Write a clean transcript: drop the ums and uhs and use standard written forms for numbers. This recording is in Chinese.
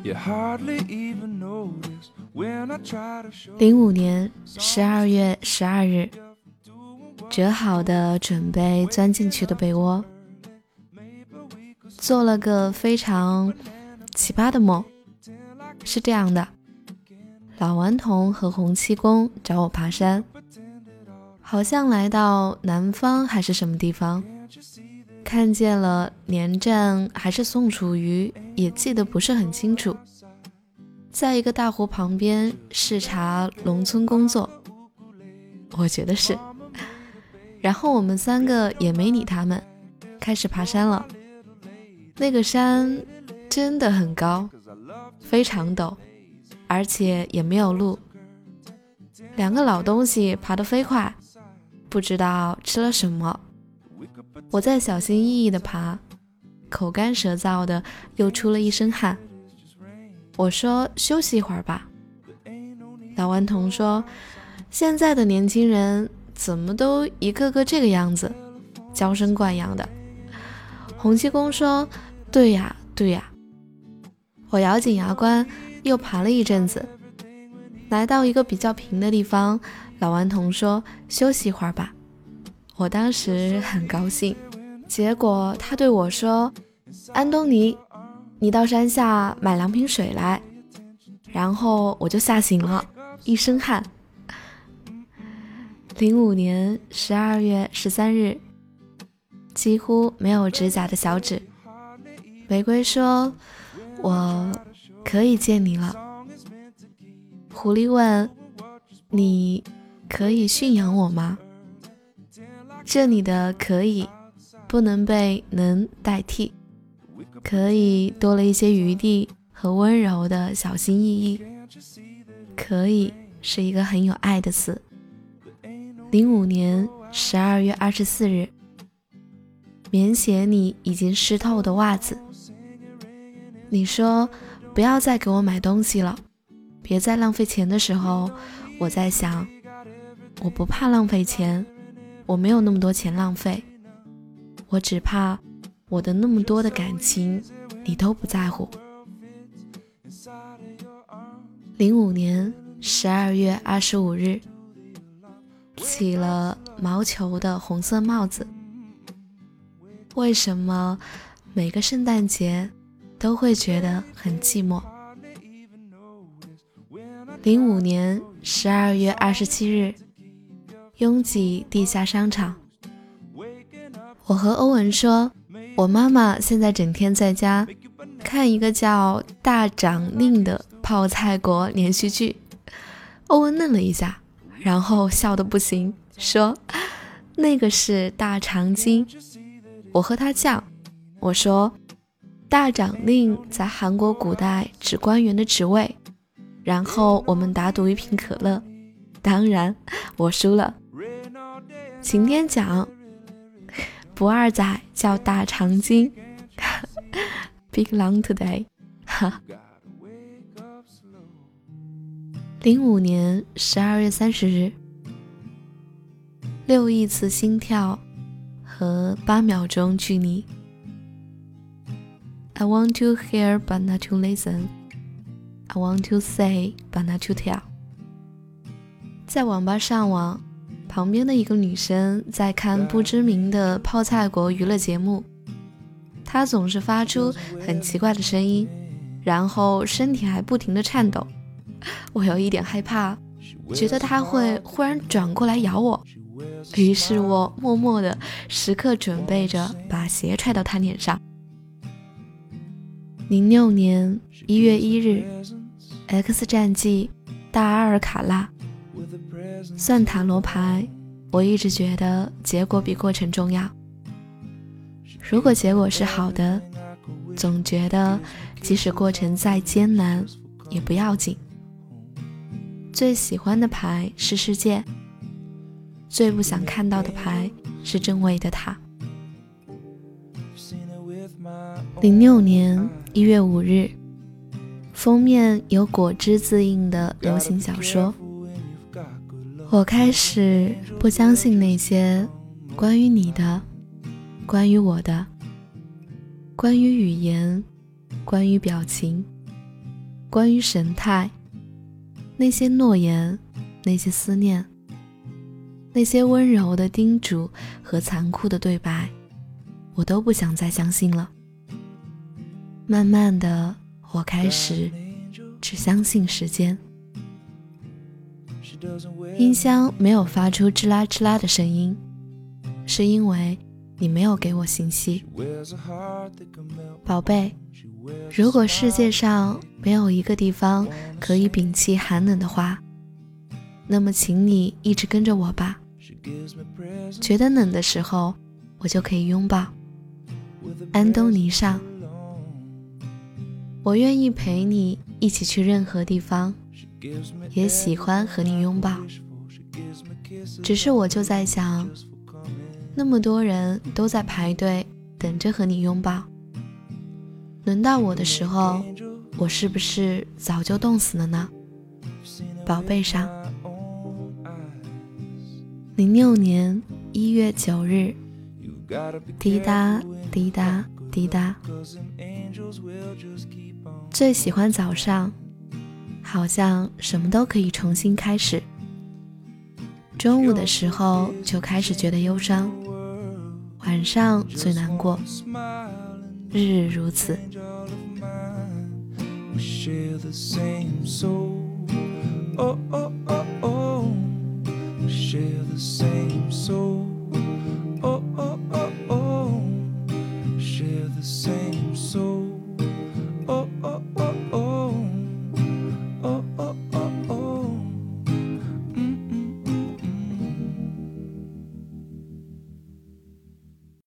05年12月12日，折好的准备钻进去的被窝，做了个非常奇葩的梦。是这样的，老顽童和洪七公找我爬山，好像来到南方还是什么地方，看见了连战还是宋楚瑜，也记得不是很清楚，在一个大湖旁边视察农村工作，我觉得是。然后我们3个也没理他们，开始爬山了。那个山真的很高，非常陡，而且也没有路。2个老东西爬得飞快，不知道吃了什么。我在小心翼翼地爬，口干舌燥的，又出了一身汗。我说休息一会儿吧。老顽童说，现在的年轻人怎么都一个个这个样子，娇生惯养的。洪七公说，对呀对呀。我咬紧牙关又爬了一阵子，来到一个比较平的地方，老顽童说休息一会儿吧。我当时很高兴，结果他对我说，安东尼，你到山下买2瓶水来。然后我就吓醒了，一身汗。05年12月13日，几乎没有指甲的小指。玫瑰说，我可以见你了。狐狸问，你可以驯养我吗？这里的可以不能被能代替，可以多了一些余地和温柔的小心翼翼。可以是一个很有爱的词。05年12月24日，棉鞋里已经湿透的袜子。你说不要再给我买东西了，别再浪费钱的时候，我在想，我不怕浪费钱，我没有那么多钱浪费，我只怕我的那么多的感情你都不在乎。05年12月25日，起了毛球的红色帽子。为什么每个圣诞节都会觉得很寂寞？05年12月27日，拥挤地下商场。我和欧文说，我妈妈现在整天在家看一个叫《大长令》的泡菜国连续剧。欧文愣了一下，然后笑得不行，说那个是大长今。我和他犟，我说大长令在韩国古代指官员的职位，然后我们打赌1瓶可乐，当然我输了。晴天奖不二仔叫大长今Big long today 05年12月30日，6亿次心跳和8秒钟距离。 I want to hear but not to listen, I want to say but not to tell。 在网吧上网，旁边的一个女生在看不知名的泡菜国娱乐节目，她总是发出很奇怪的声音，然后身体还不停地颤抖。我有一点害怕，觉得她会忽然转过来咬我，于是我默默地时刻准备着把鞋踹到她脸上。06年1月1日 X 战记大阿尔卡拉。算塔罗牌，我一直觉得结果比过程重要。如果结果是好的，总觉得即使过程再艰难也不要紧。最喜欢的牌是世界，最不想看到的牌是正位的塔。06年1月5日，封面有果汁字印的流行小说。我开始不相信那些关于你的，关于我的，关于语言，关于表情， 关于神态，那些诺言，那些思念，那些温柔的叮嘱和残酷的对白，我都不想再相信了。慢慢的，我开始只相信时间。音箱没有发出吱啦吱啦的声音，是因为你没有给我信息。宝贝，如果世界上没有一个地方可以摒弃寒冷的话，那么请你一直跟着我吧。觉得冷的时候，我就可以拥抱。安东尼上，我愿意陪你一起去任何地方，也喜欢和你拥抱。只是我就在想，那么多人都在排队等着和你拥抱，轮到我的时候，我是不是早就冻死了呢？宝贝上，06年1月9日，滴答滴答滴答。最喜欢早上，好像什么都可以重新开始。中午的时候就开始觉得忧伤，晚上最难过，日日如此。 share the same soul.